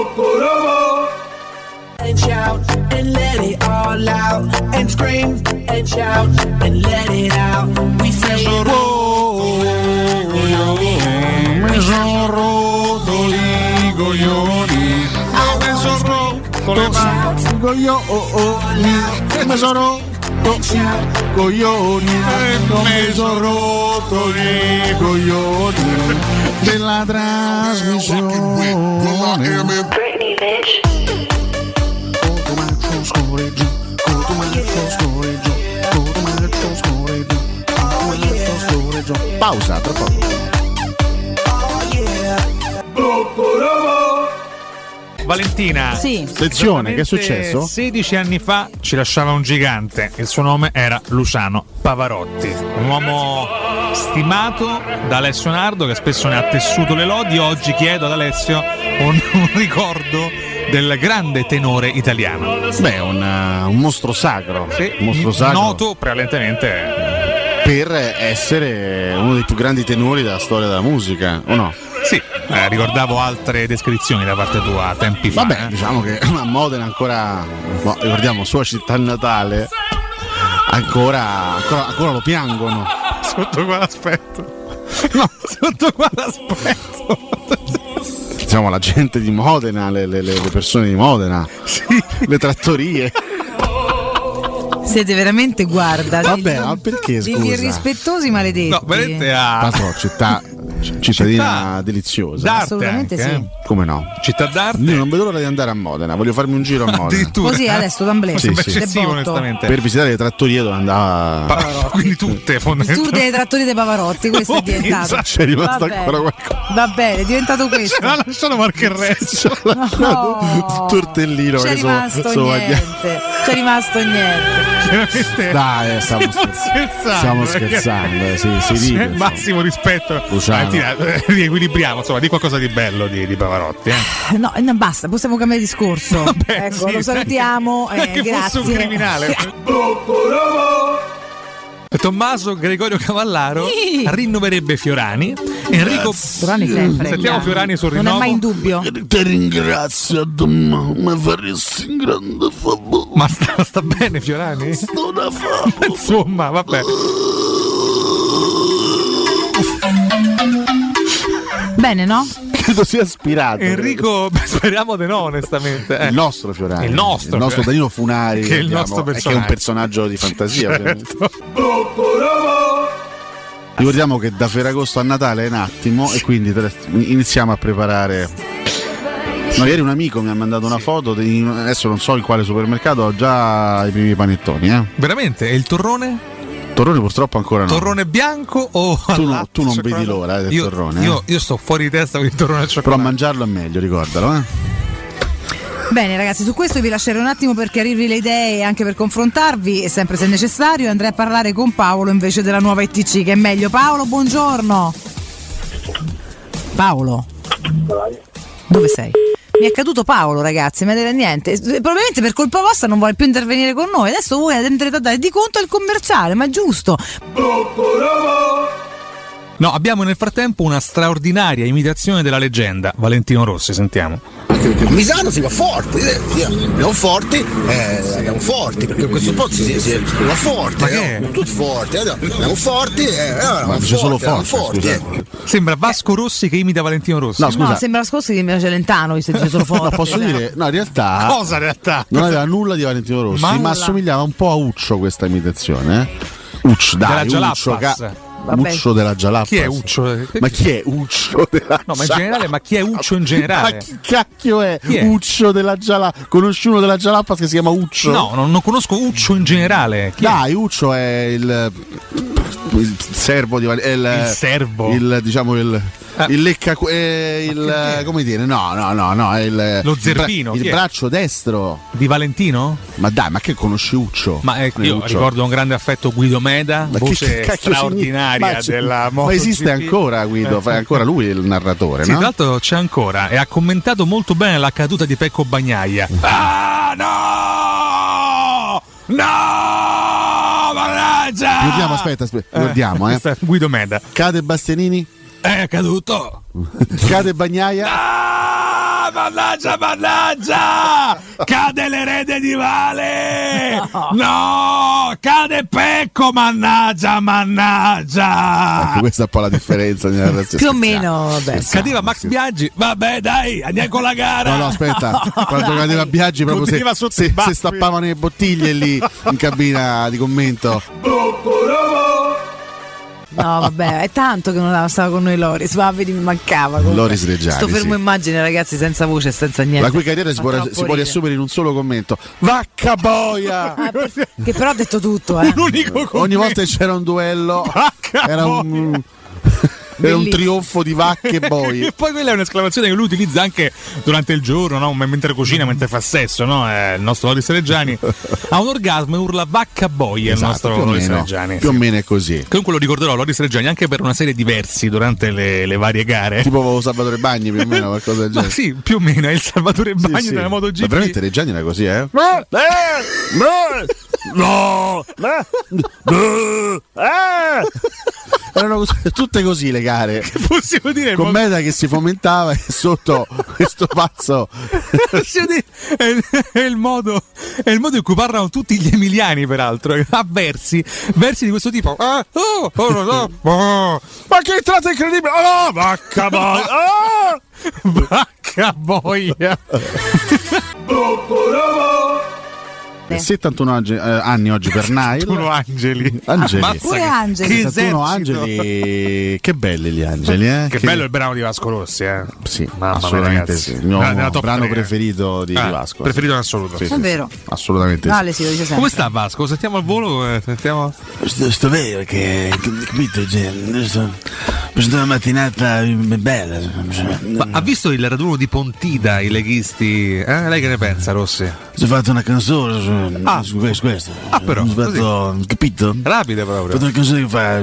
And shout and let it all out and scream and shout and let it out. We say mi sono rotto i coglioni. Mi sono rotto le mani i coglioni. Mi sono rotto i coglioni. Mi sono rotto i coglioni della trasmissione. Britney, bitch. Pausa, tra poco. Valentina, sì. Lezione, che è successo? 16 anni fa ci lasciava un gigante, il suo nome era Luciano Pavarotti, un uomo stimato da Alessio Nardo che spesso ne ha tessuto le lodi. Oggi chiedo ad Alessio un ricordo del grande tenore italiano. Beh, un mostro sacro, sì, un mostro sacro, noto prevalentemente per essere uno dei più grandi tenori della storia della musica, o no? Sì, ricordavo altre descrizioni da parte tua tempi fa. Vabbè, diciamo che a Modena ancora, ricordiamo, sua città natale, ancora lo piangono. Sotto quale aspetto? No, sotto quale aspetto? Diciamo la gente di Modena, le persone di Modena, sì. Le trattorie. Siete veramente, guarda, vabbè, ma perché scusa? degli irrispettosi maledetti. No, veramente a cittadina deliziosa. D'arte assolutamente anche, sì. Come no? Città d'arte. Io non vedo l'ora di andare a Modena, voglio farmi un giro a Modena. Addirittura. Così adesso d'amblè. Sì, sì. Eccessivo, onestamente. Per visitare le trattorie dove andava. Quindi tutte fondamentalmente. Tutte le trattorie dei Pavarotti, questo è diventato. C'è rimasto ancora qualcosa. Va bene, è diventato questo. Ce l'ha lasciato qualche il resto. No. Tortellino C'è che rimasto niente. C'è rimasto niente. Dai, stiamo scherzando. Si ride. Massimo rispetto. Luciano. Riequilibriamo, insomma, di qualcosa di bello di Pavarotti. No, basta, possiamo cambiare discorso. Vabbè, ecco, sì, lo salutiamo. Che Grazie. fosse un criminale. Tommaso Gregorio Cavallaro rinnoverebbe Fiorani. Enrico Fiorani sempre. Sentiamo Fiorani sul rinnovo. Non è mai in dubbio. Ti ringrazio, mi faresti un grande favore. Ma sta bene Fiorani? Sto da fare. Insomma, vabbè. Bene, no? Credo sia aspirato. Enrico, speriamo di no, onestamente. Il nostro Fiorani. Il nostro Danilo Funari, che è il nostro personaggio. Che è un personaggio di fantasia. Certo. Ricordiamo che da Ferragosto a Natale è un attimo e quindi iniziamo a preparare. No, ieri un amico mi ha mandato una foto, adesso non so in quale supermercato, ho già i primi panettoni. Veramente? E il torrone? Torrone purtroppo ancora no. Torrone bianco o tu non vedi l'ora del torrone? Io sto fuori di testa con il torrone al cioccolato. Però mangiarlo è meglio, ricordalo. Bene ragazzi, su questo vi lascerò un attimo per chiarirvi le idee e anche per confrontarvi, e sempre se necessario andrei a parlare con Paolo invece della nuova ETC, che è meglio. Paolo, buongiorno. Paolo, dove sei? Mi è caduto Paolo, ragazzi, ma niente. Probabilmente per colpa vostra non vuole più intervenire con noi. Adesso voi andrete a dare di conto al commerciale, ma è giusto. No, abbiamo nel frattempo una straordinaria imitazione della leggenda. Valentino Rossi, sentiamo. Misano si va forti, andiamo forti, perché questo spot si va forte, ma che? tutti forti, andiamo forti, ma dice solo forte. Sembra Vasco Rossi che imita Valentino Rossi. No, scusa. No, sembra Scorsi che mi Celentano, visto che dice solo forte. No, posso dire, no, in realtà. Cosa in realtà? Non aveva nulla di Valentino Rossi, ma assomigliava un po' a Uccio questa imitazione. Uccio, dai, della Uccio, Uccio della Jalappas. Chi è Uccio? Ma chi è Uccio della No, ma in generale, ma chi è Uccio in generale? Ma chi cacchio è? Chi è? Uccio della Jalappas? Conosci uno della Jalappas che si chiama Uccio? No, non conosco Uccio in generale. Chi Dai, Uccio è il servo di il servo. Il lecca come dire? No, è lo zerbino. Il braccio destro di Valentino? Ma dai, ma che conosci Uccio? Ma io Uccio. ricordo un grande affetto Guido Meda, Ma voce che straordinaria della MotoGP. Ma esiste ancora Guido? Fa ancora lui il narratore, sì, no? tra l'altro c'è ancora e ha commentato molto bene la caduta di Pecco Bagnaia. Ah no! No! Mannaggia! Ricordiamo, aspetta, ricordiamo, Guido Meda. Cade Bastianini? È caduto. Cade Bagnaia? Ah, Mannaggia! Cade l'erede di Vale! No! Cade Pecco! Mannaggia! Ecco, questa è un po' la differenza. Più o meno, vabbè. Cadeva Max Biaggi, vabbè dai, andiamo con la gara. No, aspetta, quando cadeva Biaggi proprio se stappavano le bottiglie lì in cabina di commento. No, vabbè, è tanto che non stava con noi Loris, ma vedi, mi mancava. Loris Reggiani. Sto fermo immagine, ragazzi, senza voce, senza niente. La cui carriera si può riassumere in un solo commento. Vacca boia! Che però ha detto tutto, Un unico commento. Ogni volta che c'era un duello era un trionfo di vacche boie. E poi quella è un'esclamazione che lui utilizza anche durante il giorno, no? Mentre cucina, mentre fa sesso, no? Il nostro Loris Reggiani ha un orgasmo e urla vacca boia. Esatto, il nostro Loris Reggiani. Più o meno è così. Comunque lo ricorderò Loris Reggiani anche per una serie di versi durante le varie gare. Tipo Salvatore Bagni più o meno, qualcosa del genere. Ma sì, più o meno è il Salvatore Bagni della MotoGP. Ma veramente Reggiani era così, eh? No! Erano tutte così le gare. Che possiamo dire? Con Meda che si fomentava e sotto questo pazzo. È il modo in cui parlano tutti gli emiliani, peraltro. A versi di questo tipo. Ma che entrata incredibile! Oh, vacca boia! Vacca boia! 71 anni oggi per Nail. 71 angeli. Pure Angeli. 71 angeli. Che belli gli angeli, eh? Che bello il brano di Vasco Rossi, eh? Sì, mamma assolutamente mia, sì. Il mio brano 3. preferito di Vasco. Preferito in assoluto. Sì, è vero. Assolutamente Vale, sì, lo dice sempre. Come sta Vasco? Sentiamo al volo? Sentiamo. Sto bene perché, capito, questa una mattinata bella. Ma ha visto il raduno di Pontida, i leghisti? Lei che ne pensa, Rossi? Si è fatto una canzone su questo. Però, capito? Rapide proprio. Ho fatto una canzone che fa.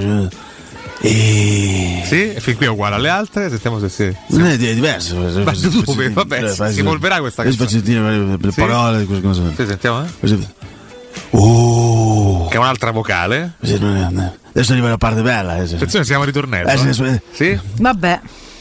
Sì, e fin qui è uguale alle altre, sentiamo se sì. Non è diverso. Ma dove? Vabbè, si evolverà questa canzone. Faccio sentire le parole di questa canzone. Sì, sentiamo, Che è un'altra vocale. Adesso arriva la parte bella. Attenzione, siamo a ritornello. Sì? Vabbè.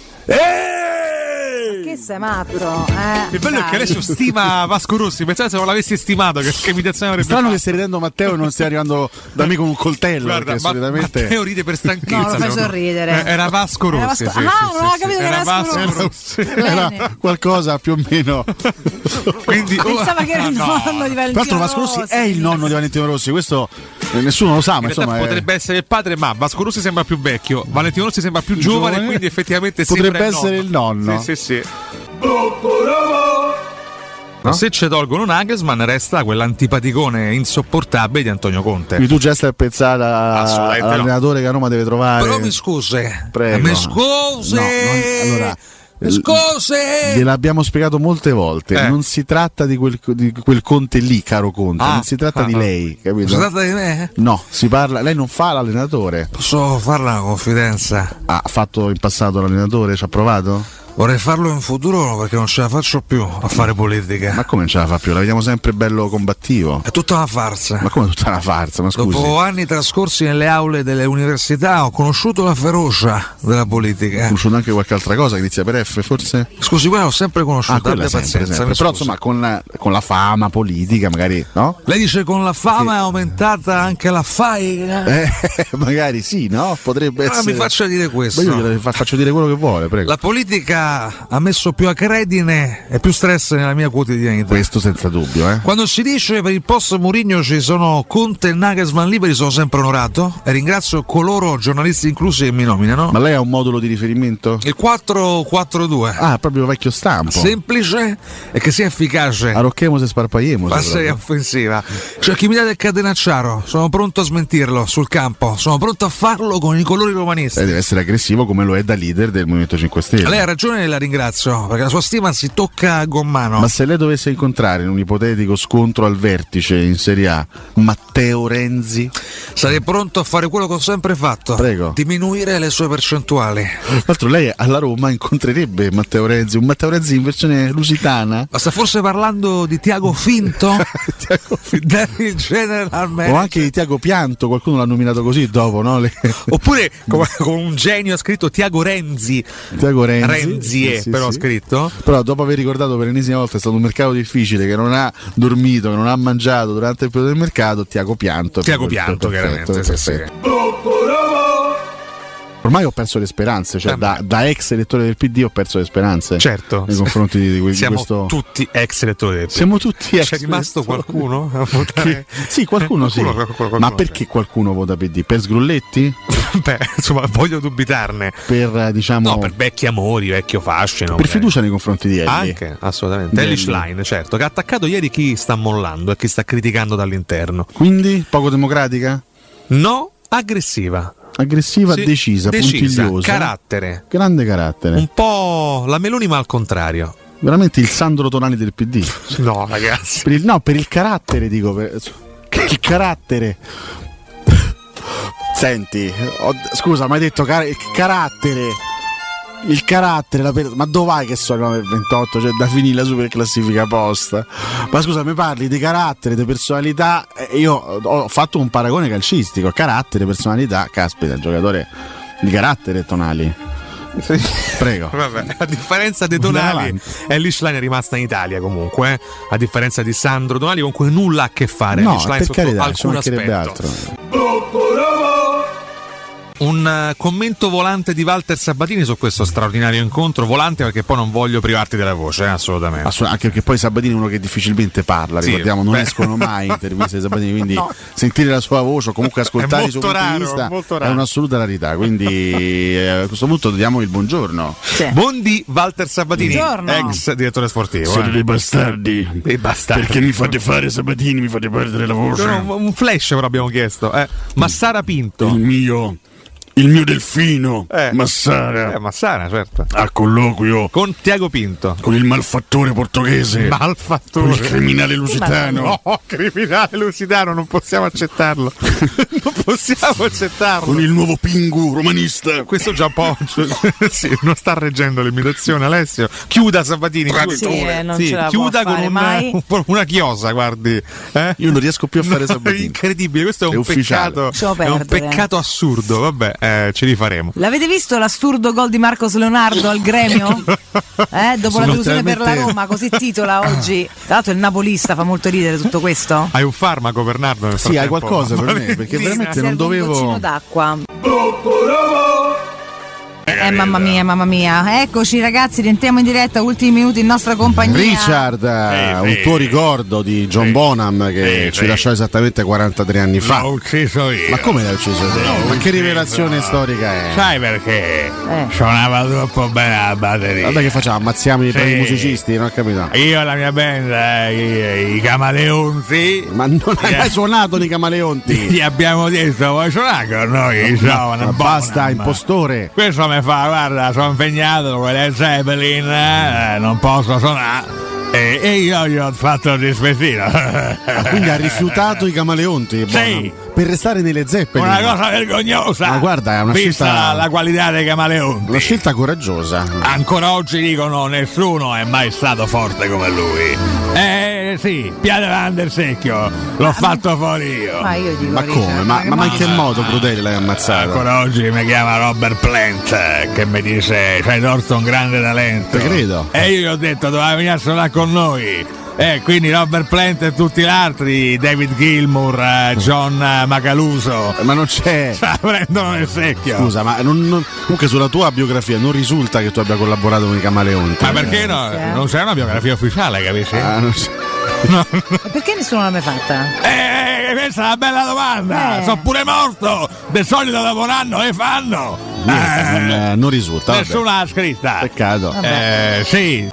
Che sei matto? Il bello è che adesso stima Vasco Rossi. Pensate se non l'avessi stimato, che imitazione avrebbe strano fatto. che stai ridendo Matteo e non stai arrivando da me con un coltello. Guarda, solitamente Matteo ride per stanchezza. No, lo fai sorridere. Era Vasco Rossi. Non ho capito che era Vasco Rossi. Era qualcosa più o meno. Quindi, pensava che era il nonno di Valentino. Tra l'altro Vasco Rossi è il nonno di Valentino Rossi, questo nessuno lo sa, ma insomma potrebbe essere il padre, ma Vasco Rossi sembra più vecchio, Valentino Rossi sembra più giovane, quindi effettivamente potrebbe essere il nonno. Sì. No? Se ci tolgono Nagelsmann resta quell'antipaticone insopportabile di Antonio Conte. Quindi tu già stai a pensare all'allenatore che a Roma deve trovare. Però mi scusi. Prego. Mi scusi. Allora, scusi. Gliel'abbiamo spiegato molte volte. Non si tratta di quel Conte lì, caro Conte. Non si tratta di lei, capito? Si tratta di me? No, si parla. Lei non fa l'allenatore. Posso farla una confidenza? Ha fatto in passato l'allenatore? Ci ha provato? Vorrei farlo in futuro perché non ce la faccio più a fare politica. Ma come non ce la fa più? La vediamo sempre bello combattivo. È tutta una farsa. Ma come tutta una farsa? Ma scusi. Dopo anni trascorsi nelle aule delle università ho conosciuto la ferocia della politica. Ho conosciuto anche qualche altra cosa che inizia per F, forse? Scusi, quella l'ho sempre conosciuta. Quella sempre. Però insomma con la fama politica magari, no? Lei dice con la fama è aumentata anche la faiga? Magari sì, no? Potrebbe essere. Mi faccia dire questo. Ma io faccio dire quello che vuole, prego. La politica ha messo più acredine e più stress nella mia quotidianità. Questo senza dubbio, eh. Quando si dice per il post Mourinho ci sono Conte e Nagelsmann liberi, sono sempre onorato e ringrazio coloro, giornalisti inclusi, che mi nominano. Ma lei ha un modulo di riferimento? Il 4-4-2. Ah, proprio vecchio stampo. Semplice e che sia efficace. Arrocchemos e sparpagliemos. Fase offensiva. Cioè chi mi dà del catenacciaro, sono pronto a smentirlo sul campo, sono pronto a farlo con i colori romanisti. Deve essere aggressivo come lo è da leader del Movimento 5 Stelle. Lei ha ragione e la ringrazio perché la sua stima si tocca a gommano. Ma se lei dovesse incontrare in un ipotetico scontro al vertice in Serie A Matteo Renzi, sarei pronto a fare quello che ho sempre fatto. Prego. Diminuire le sue percentuali. Tra l'altro lei alla Roma incontrerebbe Matteo Renzi, un Matteo Renzi in versione lusitana. Ma sta forse parlando di Tiago Finto? Tiago Finto. Del General Manager. O anche di Tiago Pianto, qualcuno l'ha nominato così dopo, no? Oppure con un genio ha scritto Tiago Renzi. Tiago Renzi. Venzie, però scritto. Però dopo aver ricordato per l'ennesima volta è stato un mercato difficile, che non ha dormito, che non ha mangiato durante il periodo del mercato, Tiago Pianto, chiaramente. Perfetto. Ormai ho perso le speranze, cioè da ex elettore del PD ho perso le speranze. Certo. Nei confronti di questo. Siamo tutti ex elettori del PD. Siamo tutti ex. C'è rimasto qualcuno? Sì, qualcuno sì. Ma perché qualcuno vota PD? Per sgrulletti? Beh, insomma, voglio dubitarne. Per diciamo. No, per vecchi amori, vecchio fascino. Per fiducia nei confronti di Elly. Anche, assolutamente. Elly Schlein, certo, che ha attaccato ieri chi sta mollando e chi sta criticando dall'interno. Quindi poco democratica? No, aggressiva. Aggressiva, sì, decisa, puntigliosa. Carattere. Grande carattere. Un po' la Meloni ma al contrario. Veramente il Sandro Tonali del PD. No, ragazzi. Per il carattere, dico. Il carattere. Senti, scusa, mi hai detto carattere. Il carattere, ma dov'hai che sono 9,28? Cioè da finire la super classifica posta. Ma scusa, mi parli di carattere, di personalità? Io ho fatto un paragone calcistico. Carattere, personalità, caspita, il giocatore di carattere Tonali. Sì. Prego. Vabbè, a differenza di Tonali, Elly Schlein è rimasta in Italia comunque. A differenza di Sandro Tonali, comunque nulla a che fare. No, Elly Schlein per sotto carità, alcun aspetto. altro. Un commento volante di Walter Sabatini su questo straordinario incontro. Volante perché poi non voglio privarti della voce, assolutamente. Anche perché poi Sabatini è uno che difficilmente parla, sì, ricordiamo, non escono mai interviste di Sabatini, quindi sentire la sua voce o comunque ascoltare il suo punto di vista è un'assoluta rarità. Quindi a questo punto diamo il buongiorno. Sì. Buondì Walter Sabatini, ex direttore sportivo. Siete dei bastardi. Perché mi fate fare Sabatini, mi fate perdere la voce. Un flash però abbiamo chiesto. Massara Pinto. Il mio delfino, Massara. Massara, certo. A colloquio con Tiago Pinto. Con il malfattore portoghese. Malfattore. Con il criminale lusitano. No, criminale lusitano, non possiamo accettarlo. Non possiamo accettarlo. Con il nuovo Pingu romanista. Questo già un po'. Sì, non sta reggendo l'imitazione, Alessio. Chiuda Sabatini. Chiuda con una chiosa, guardi. Io non riesco più a fare Sabatini. Incredibile, questo è un peccato. È un peccato assurdo, vabbè. Ci rifaremo. L'avete visto l'assurdo gol di Marcos Leonardo al Gremio? Dopo la delusione per la Roma, così titola oggi. Tra l'altro il napolista fa molto ridere tutto questo. Hai un farmaco, Bernardo? Sì, hai qualcosa per me, perché veramente non dovevo. Un goccino d'acqua. Mamma mia. Eccoci ragazzi, rientriamo in diretta, ultimi minuti in nostra compagnia. Richard, un tuo ricordo di John Bonham che ci lasciò esattamente 43 anni fa. L'ho ucciso io. Ma come l'hai ucciso te? Ma che rivelazione storica è? Sai perché? Suonava troppo bene la batteria. Guarda che facciamo, ammazziamo i musicisti, non ho capito. Io e la mia band, i Camaleonti. Ma non hai mai suonato i Camaleonti? Gli abbiamo detto, vuoi suonare con noi? Basta, impostore. Questo mi fa, guarda, sono impegnato con le Zeppelin, non posso suonare. E io gli ho fatto il dispettino. Quindi ha rifiutato i Camaleonti? Sì. Per restare nelle Zeppelin. Una cosa vergognosa. Ma guarda, è una vista scelta. La qualità dei Camaleonti. Una scelta coraggiosa. Ancora oggi dicono nessuno è mai stato forte come lui. Sì, Piade Van der Secchio, l'ho fatto fuori io. Ma io dico, ma come? Ma in che modo Crudeli l'hai ammazzato? Ancora oggi mi chiama Robert Plant che mi dice c'hai torto un grande talento. Te credo. E io gli ho detto doveva venire a suonare con noi. Quindi Robert Plant e tutti gli altri, David Gilmour, John Macaluso. Ma non c'è. Prendono nel secchio. Scusa, ma comunque sulla tua biografia non risulta che tu abbia collaborato con i Camaleonti. Ma perché no? Non c'è una biografia ufficiale, capisci? Non c'è. No. Perché nessuno l'ha mai fatta? Questa è una bella domanda. Sono pure morto. Del solito dopo un anno le fanno. Non risulta. Nessuna l'ha scritta. Peccato. Sì.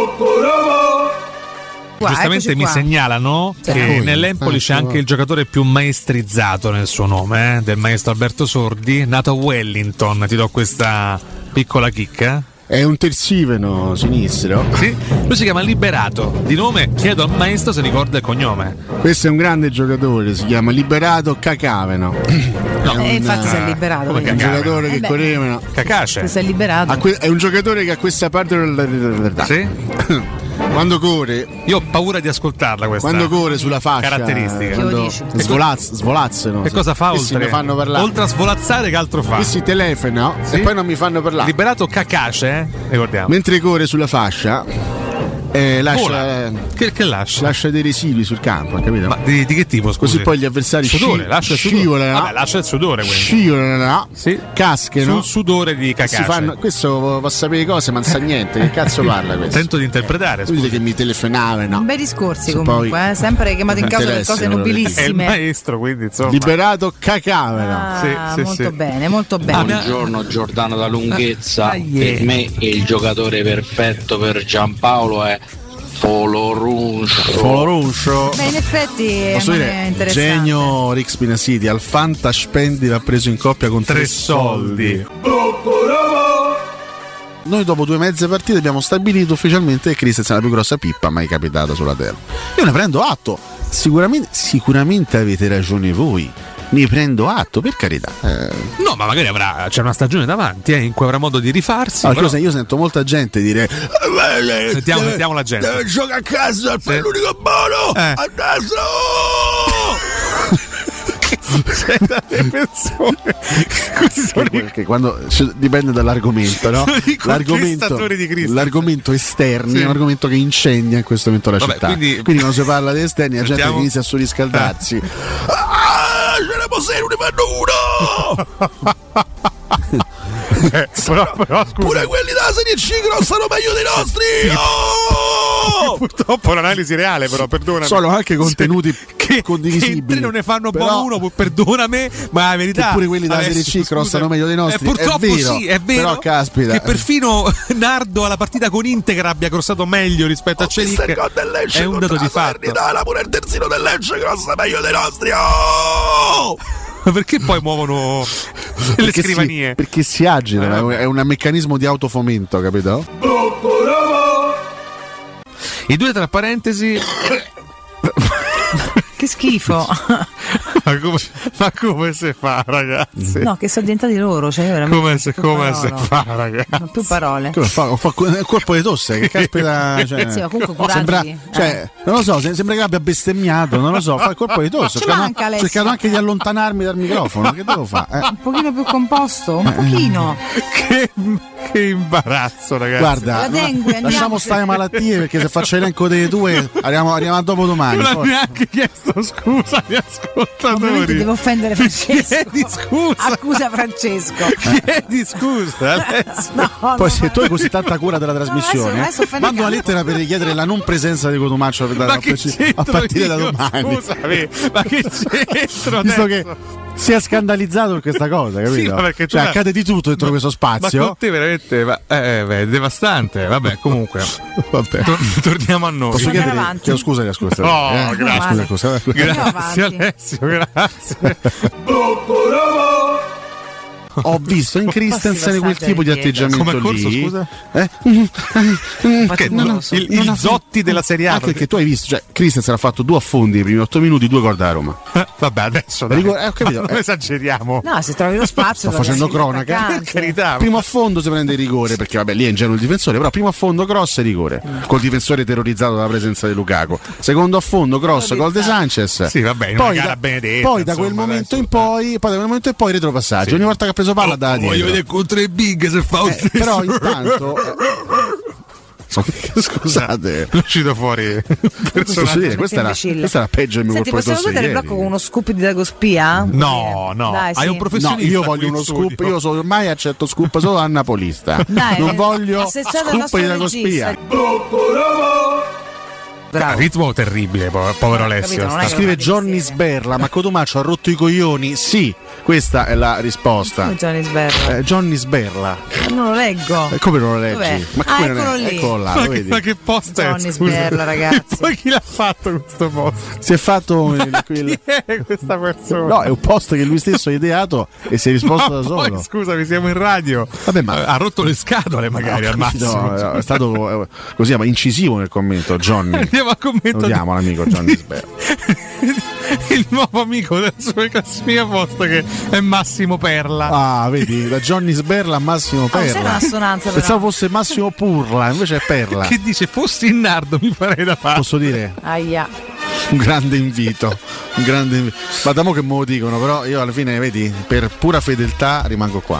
Giustamente mi segnalano che nell'Empoli c'è anche il giocatore più maestrizzato nel suo nome, del maestro Alberto Sordi, nato a Wellington. Ti do questa piccola chicca. È un terziveno sinistro. Sì, lui si chiama Liberato. Di nome chiedo al maestro se ricorda il cognome. Questo è un grande giocatore, si chiama Liberato Cacaveno. No, infatti si è liberato. È un giocatore che correvano. Cacace. Si è liberato. È un giocatore che a questa parte della sì? Quando corre, io ho paura di ascoltarla questa. Quando corre sulla fascia, caratteristica. Quando svolazzano. Che cosa fa oltre? Mi fanno parlare. Oltre a svolazzare, che altro fa? Questi telefonano e poi non mi fanno parlare. Liberato Kakashi, ricordiamo. Mentre corre sulla fascia. Lascia che lascia? Lascia dei residui sul campo, capito? Ma di che tipo, scusi? Così poi gli avversari scivolano. Vabbè, lascia il sudore, quindi. Scivolano, caschino sul sudore di Kakashi. Questo va a sapere cose, ma non sa niente. Che cazzo parla questo? Tento di interpretare. Scusi che mi telefonavano. Bei discorsi comunque, sempre chiamato in causa per cose nobilissime. È il maestro, quindi insomma. Liberato Cacavera. Molto bene, molto bene. Buongiorno Giordano da Lunghezza. Per me il giocatore perfetto per Giampaolo è Foloruncio. Beh, in effetti posso dire, è interessante. Genio Rick Spinasiti al Fantaspendi l'ha preso in coppia con 3 soldi. Noi dopo 2 mezze partite abbiamo stabilito ufficialmente che Christensen è la più grossa pippa mai capitata sulla terra. Io ne prendo atto. Sicuramente avete ragione voi. Ne prendo atto, per carità. No, ma magari c'è una stagione davanti in cui avrà modo di rifarsi. Allora, però... Io sento molta gente dire sentiamo la gente. Deve giocare a casa, è l'unico buono. Adesso le persone perché quando dipende dall'argomento, no? L'argomento esterni è un argomento che incendia in questo momento la città. Quindi quando si parla di esterni la gente che inizia a surriscaldarsi. Ce ne possiamo, ne fanno uno. Però pure quelli della Serie C grossano meglio dei nostri. Purtroppo è un'analisi reale, però perdonami. Sono anche contenuti condivisibili. Che non ne fanno buono uno, perdonami, ma la verità. Che pure quelli della Serie C grossano meglio dei nostri. Purtroppo è vero, sì, è vero. Però caspita, che perfino Nardo alla partita con Integra abbia crossato meglio rispetto a Celic. È un dato di fatto. Pure il terzino del Lecce grossa meglio dei nostri. Ma perché poi muovono le scrivanie? Perché si agitano, è un meccanismo di autofomento, capito? I 2 tra parentesi. Che schifo. ma come si fa, ragazzi? No, che sono diventati loro, cioè come si fa, ragazzi? Non più parole. Come fa un colpo di tosse, che caspita, cioè, sì, ma comunque sembra, non lo so, sembra che abbia bestemmiato, non lo so, fa il colpo di tosse. Ho cercato anche di allontanarmi dal microfono, che devo fare? Un pochino più composto, un pochino. Che imbarazzo, ragazzi. Guarda, lasciamo stare malattie, perché se faccio elenco delle tue arriviamo a dopo domani. Non ho neanche chiesto scusa agli ascoltatori. Ovviamente devo offendere Francesco. Chiedi scusa. Accusa Francesco. Chiedi scusa adesso. Poi se tu hai così tanta cura della trasmissione, mando una lettera per richiedere la non presenza di Cotumaccio a partire da domani. Scusami, ma che c'entro? Visto che si è scandalizzato per questa cosa, capito? Sì, cioè, accade di tutto dentro questo spazio. Ma con te veramente è devastante. Vabbè, comunque torniamo a noi. Posso chiedere? Chiedo scusa agli ascoltatori. Oh, grazie. Grazie Alessio, grazie. Ho visto in Christensen quel tipo di atteggiamento come corso, lì. Scusa? Il Zotti della Serie A. Anche perché tu hai visto, cioè Christensen ha fatto 2 affondi nei primi 8 minuti, 2 gol da Roma. Vabbè, adesso ho capito, non esageriamo. No, se trovi lo spazio. Sto facendo cronaca. Per carità. Primo affondo si prende il rigore, perché vabbè, lì è ingenuo il difensore, però primo affondo cross e rigore. Col difensore terrorizzato dalla presenza di Lukaku. Secondo affondo cross, gol de Sanchez. Sì, vabbè, poi gara benedetta. Poi da quel momento in poi retropassaggio. Ogni volta che ha preso palla da dietro. Voglio vedere contro i big se fa un però intanto scusate, è uscito fuori posso dire, questa era peggio del mio colpo di tosse. Possiamo dare il blocco con uno scoop di Dagospia? No, dai, hai un professionista. No, io voglio uno scoop, io ormai accetto scoop solo a napolista. Dai, non voglio scoop di Dagospia. Il ritmo terribile, povero Alessio. Scrive Johnny Sberla, ma Cotumaccio ha rotto i coglioni? Sì, questa è la risposta. Johnny Sberla. Johnny Sberla. Non lo leggo. Come non lo leggi? Dov'è? Ma come non è? Lì. Eccolo là, lo vedi? Ma che posto è? Johnny Sberla, ragazzi. Poi chi l'ha fatto questo posto? Si è fatto Chi è questa persona? No, è un post che lui stesso ha ideato e si è risposto da solo. Poi, scusami, siamo in radio. Vabbè, ma ha rotto le scatole magari al massimo. No, è stato così, ma incisivo nel commento Johnny. Andiamo a commentare. Salutiamo l'amico Johnny Sberla. il nuovo amico della sua classifica posta che è Massimo Perla. Ah, vedi, da Johnny Sberla a Massimo C'è Perla. un'assonanza, però. Pensavo fosse Massimo Purla, invece è Perla. Che dice fossi in nardo mi farei da fare. Posso dire? Aia. Un grande invito. Ma da mo che me lo dicono, però io alla fine, vedi, per pura fedeltà rimango qua.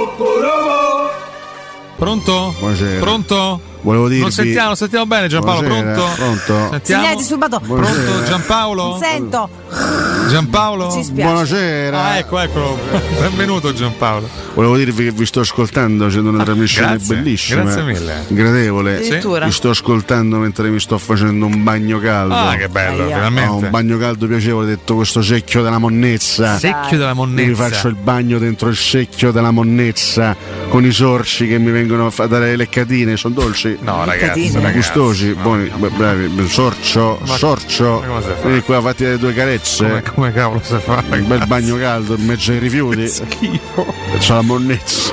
Pronto? Buonasera. Pronto? Volevo dirvi... Non sentiamo bene Giampaolo, Buonasera. pronto? Sentiamo. Segnalati sul bato. Pronto Giampaolo? Sento. Giampaolo? Ci spiace. Buonasera. Ah, eccolo. Benvenuto Giampaolo. Volevo dirvi che vi sto ascoltando, c'è una trasmissione grazie, bellissima. grazie mille. Gradevole. Addirittura. Vi sto ascoltando mentre mi sto facendo un bagno caldo. Ah, che bello, Aia. veramente. Un bagno caldo piacevole, detto questo secchio della monnezza. Secchio della Io monnezza. mi faccio il bagno dentro il secchio della monnezza con i sorci che mi vengono a dare le leccatine, sono dolci. No, Leccatine. ragazzi. Gustosi, buoni, bravi, sorcio, Ma sorcio. come si fa? Vieni qua, fatti le due carezze. Come cavolo si fa? Un bel bagno caldo in mezzo ai rifiuti. Schifo. C'ho la monnezza.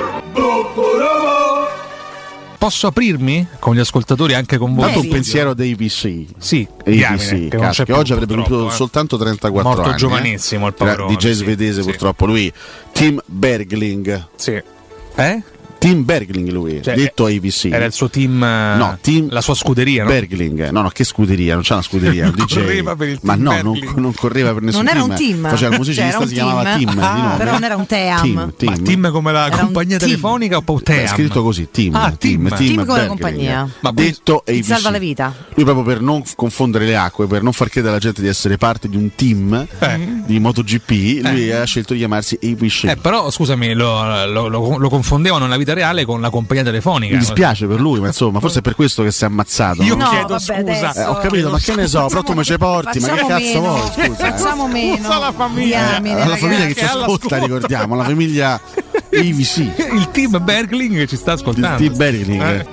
Posso aprirmi con gli ascoltatori anche con voi? Tanto un pensiero dei VC. Sì, Diamine, che non c'è che più, oggi avrebbe purtroppo, avuto soltanto 34 Morto anni. giovanissimo il Pavarone, DJ sì, svedese sì. purtroppo lui. Tim Bergling. Sì. Tim Bergling lui, Cioè, detto AVC. Era il suo team, No, team la sua scuderia, no? Bergling. No, che scuderia, non c'è una scuderia, un DJ. correva per il Ma team no, Bergling. non correva per nessun Non era team. un team. Faceva il Cioè, musicista, era un si chiamava team. Team di nome. Però non era un team. Ma team come la Era un compagnia team. telefonica o È Team? scritto così, Team. Ah, team. Team come la Bergling. compagnia. Ma detto Ti AVC. salva la vita. Lui proprio per non confondere le acque, per non far credere alla gente di essere parte di un team di MotoGP, lui ha scelto di chiamarsi AVC. Però scusami, lo confondevano nella vita reale con la compagnia telefonica. Mi dispiace per lui, ma insomma, forse è per questo che si è ammazzato. Io no? No, chiedo vabbè, scusa. adesso- Ho capito, ma che ne so, però tu me ci porti, ma che Facciamo cazzo meno. vuoi? Scusa. Facciamo meno. Scusa la famiglia. Diamine, La famiglia che ragazzi. ci ascolta, ricordiamo, la famiglia AVC. Il team Bergling ci sta Il ascoltando. Team Bergling.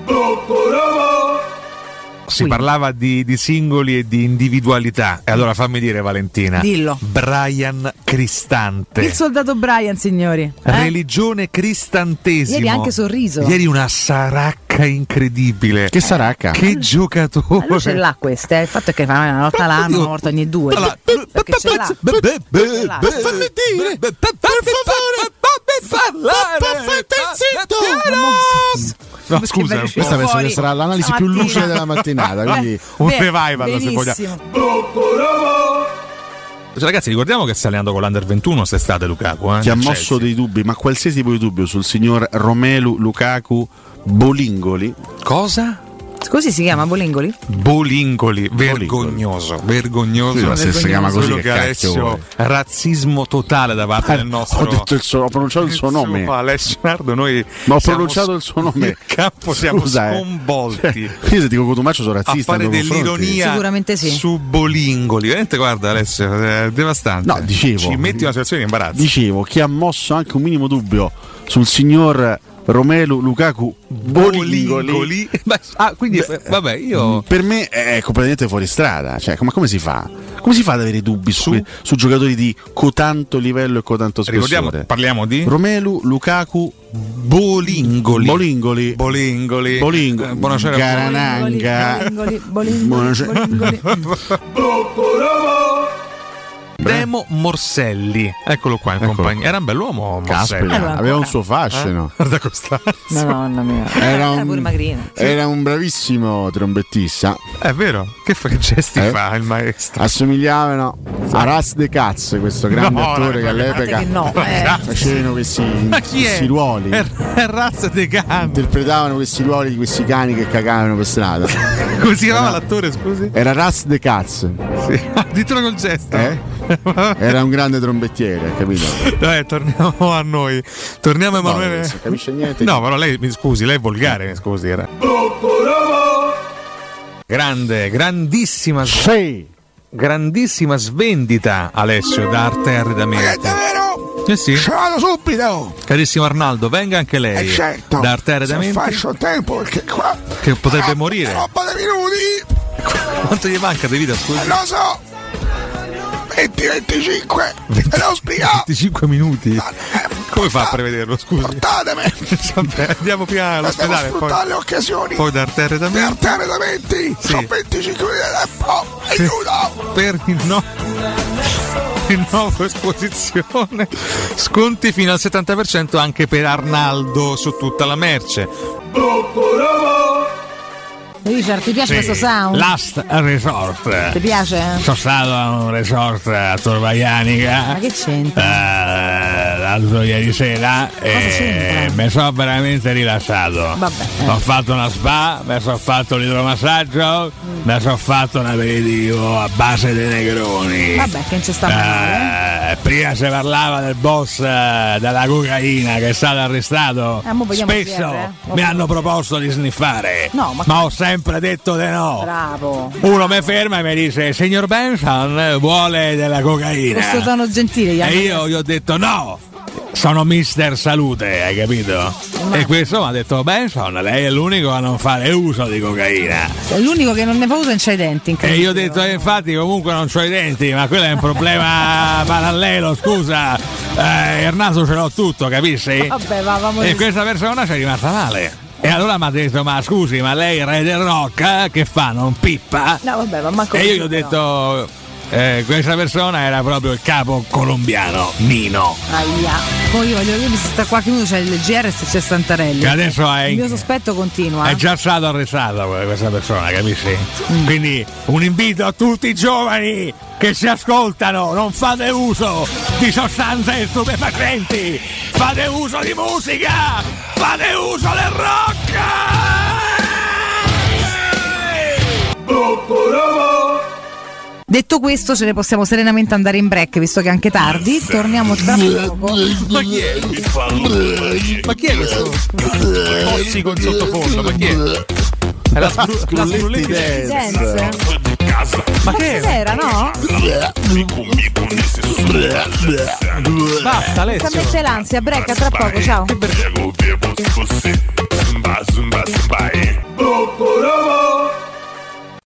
Si parlava di singoli e di individualità. E allora fammi dire, Valentina. Dillo. Brian Cristante. Il soldato Brian, signori. Religione cristantesimo. Ieri anche sorriso. Ieri una saracca incredibile. Che saracca? Che giocatore. Lui ce l'ha questa, il fatto è che fa una volta l'anno, una volta ogni due. Perché ce l'ha. Fammi dire, per No, scusa, Che questa penso che sarà l'analisi più Stamattina. lucida della mattinata, quindi un Beh, revival se vogliamo. benissimo. Cioè, ragazzi, ricordiamo che sta allenando con l'Under 21 quest'estate Lukaku. ti ha nel mosso Chelsea. dei dubbi, ma qualsiasi tipo di dubbio sul signor Romelu Lukaku Bolingoli. Cosa? Così si chiama Bolingoli? Bolingoli, vergognoso. Sì, ma se si chiama così, Quello che che cacchio Alessio, vuoi? razzismo totale da parte del nostro. Ho detto ho pronunciato il suo nome. Alessio Nardo, noi Ma ho siamo pronunciato il suo nome. In campo siamo Scusa, sconvolti. Io se dico Cotumaccio sono A razzista. fare nei tuoi confronti. dell'ironia Sicuramente sì. su Bolingoli. Veramente, guarda Alessio, è devastante. No, dicevo. Ci metti in una situazione di imbarazzo. Dicevo, chi ha mosso anche un minimo dubbio sul signor Romelu Lukaku Bolingoli. Quindi vabbè, io Per me è completamente fuori strada. Cioè, come si fa? Come si fa ad avere dubbi su giocatori di cotanto livello e cotanto ricordiamo, spessore? parliamo di Romelu Lukaku Bolingoli. Bolingoli. Buonasera. Garananga. Buonasera. Demo Morselli, eccolo qua in compagnia. Era un bell'uomo Morselli. Caspita, aveva un suo fascino. Guarda Costanzo. Madonna mia. Era pure magrino. era un bravissimo trombettista. È vero? Che gesti fa il maestro? Assomigliavano a Ras de Katz, questo grande No, attore che all'epoca Che no, facevano Ma chi è? questi ruoli. È razza de cane. Interpretavano questi ruoli di questi cani che cagavano per strada. Come si chiamava l'attore, scusi? Era Ras de Katz, Sì. Ditelo col gesto. era un grande trombettiere, capito? Dai, torniamo a noi. Torniamo a Emanuele. Non capisce niente. No, però lei, mi scusi, lei è volgare, mi scusi. Era. Grandissima Sì. grandissima svendita, Alessio, da Arte Arredamenti. Davvero? Sì. Ci vado subito. Carissimo Arnaldo, venga anche lei Certo. da Arte Arredamenti, faccio tempo perché qua che potrebbe morire. roba dei minuti. Quanto gli manca di vita, scusi? Lo so. 20-25. Te l'ho spiegato. 25 minuti. Come fa a prevederlo, scusi? Portatemi! Vabbè, andiamo prima all'ospedale, poi le occasioni. Poi da arteredamenti. Sì. Sono 25 minuti di tempo. Aiuto! Per il nuovo esposizione. Sconti fino al 70% anche per Arnaldo su tutta la merce. Richard, ti piace questo sound? Last Resort. Ti piace? Sono stato a un resort a Torvaianica. Ma che c'entra? L'altro ieri sera e mi sono veramente rilassato. Vabbè. Ho fatto una spa, mi sono fatto l'idromassaggio, mi sono fatto un aperitivo a base di negroni. Vabbè, che non ci sta male. Prima si parlava del boss della cocaina che è stato arrestato. Spesso mi hanno proposto di sniffare, ma ho sempre detto di no. Bravo. Uno mi ferma e mi dice: signor Benson vuole della cocaina. Questo tono gentile. E io gli ho detto no. Sono Mister Salute, hai capito? E questo mi ha detto: Benson, lei è l'unico a non fare uso di cocaina. È l'unico che non ne fa uso e non c'ha i denti. E io ho detto: infatti comunque non c'ho i denti, ma quello è un problema parallelo, scusa. Il naso ce l'ho tutto, capisci? Vabbè, vamo. E questa persona ci è rimasta male. E allora mi ha detto: ma scusi, ma lei re del rock che fa? Non pippa? No, vabbè, ma manco. E io gli ho detto: questa persona era proprio il capo colombiano Nino. Poi io voglio dire, se tra qualche minuto c'è il GR e se c'è Santarelli. Che adesso il mio sospetto continua. È già stato arrestato questa persona, capisci? Quindi un invito a tutti i giovani che si ascoltano: non fate uso di sostanze stupefacenti, fate uso di musica, fate uso del rock. Detto questo, ce ne possiamo serenamente andare in break, visto che è anche tardi. Torniamo tra poco. Ma chi è? Ma chi è questo? Ossico in sottofondo, ma chi è? È la Sgrulletti Dance. Ma che era, no? Basta, Alessio. Mette l'ansia, break, tra poco, ciao.